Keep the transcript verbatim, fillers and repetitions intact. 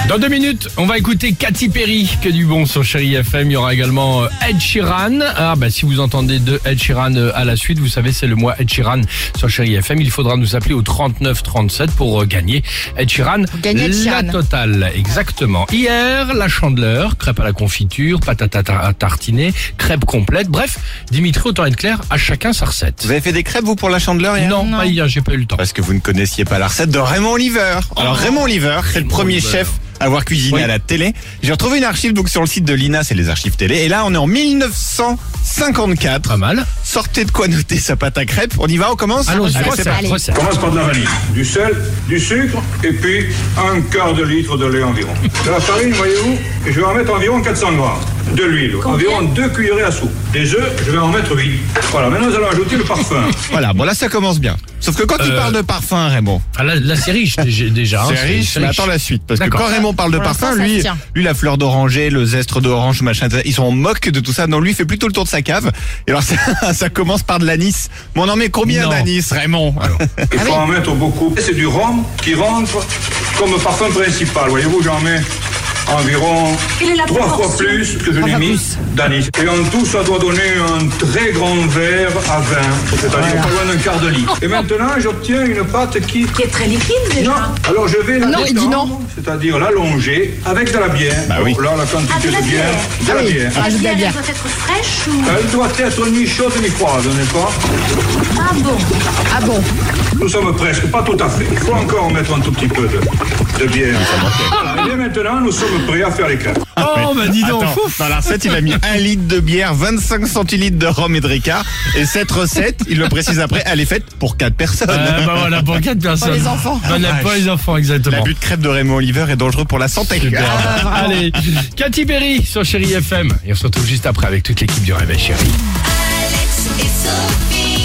Dans deux minutes, on va écouter Katy Perry, que du bon sur Chérie F M. Il y aura également Ed Sheeran. Ah bah si vous entendez de Ed Sheeran à la suite, vous savez c'est le mois Ed Sheeran sur Chérie F M. Il faudra nous appeler au trente-neuf trente-sept pour gagner Ed Sheeran. Gagner Ed Sheeran. La totale, exactement. Hier, la Chandeleur, crêpe à la confiture, pâte à tartiner, crêpe complète. Bref, Dimitri, autant être clair, à chacun sa recette. Vous avez fait des crêpes vous pour la Chandeleur hier? Non, Non. pas hier, j'ai pas eu le temps. Parce que vous ne connaissiez pas la recette de Raymond Oliver. Alors Raymond Oliver, c'est le premier Oliver. chef à avoir cuisiné Oui. à la télé. J'ai retrouvé une archive donc sur le site de l'I N A, c'est les archives télé. Et là, on est en mille neuf cent cinquante-quatre. Pas mal. Sortez de quoi noter sa pâte à crêpes. On y va, on commence? Allons-y, Allez, c'est recette, parti. allez. recette. On commence par de la vanille, du sel, du sucre et puis un quart de litre de lait environ. De la farine, voyez-vous, je vais en mettre environ quatre cents grammes. De l'huile, environ deux cuillerées à soupe. Des œufs, je vais en mettre huit. Voilà, maintenant nous allons ajouter le parfum. Voilà, bon là ça commence bien. Sauf que quand il Euh, parle de parfum, Raymond, Ah, là, là c'est riche déjà. déjà, hein, c'est riche, mais attends la suite. Parce que D'accord. quand Raymond parle de Pour parfum, l'instant, ça lui, se tient. lui, la fleur d'oranger, le zestre d'orange, machin, ils s'en moquent de tout ça. Non, lui, il fait plutôt le tour de sa cave. Et alors, ça, ça commence par de l'anis. Mais on en met combien Non. d'anis, Raymond? Il faut en mettre beaucoup. C'est du rhum qui rentre comme parfum principal. Voyez-vous, j'en mets environ Quelle est la trois fois proportion? plus que je Trois n'ai fois mis plus. d'anis. Et en tout, ça doit donner un très grand verre à vin, c'est-à-dire pas loin d'un quart de litre. Et maintenant, j'obtiens une pâte qui... Qui est très liquide déjà. Non, alors je vais la Non, il dit détendre, non. c'est-à-dire l'allonger avec de la bière. Bah oui. Là, la quantité Ah, de la de bière, bière. de Ah la oui. bière. Ah, Rajoute de la Elle bière. doit être fraîche ou... Elle doit être ni chaude ni froide, n'est-ce pas? Ah bon. Ah bon? Nous sommes presque, pas tout à fait. Il faut encore en mettre un tout petit peu de, de bière. Voilà, et bien maintenant, nous sommes prêts à faire les crêpes. Oh, bah dis donc. Attends, dans la recette, il a mis un litre de bière, vingt-cinq centilitres de rhum et de ricard. Et cette recette, il le précise après, elle est faite pour quatre personnes. Euh, bah voilà, pour quatre personnes. les enfants. Bah, n'a pas les enfants, exactement. L'abus de crêpes de Raymond Oliver est dangereux pour la santé. Super. Ah, vraiment. Allez, Katy Perry sur Chérie F M. Et on se retrouve juste après avec toute l'équipe du Réveil Chérie. Alex et Sophie.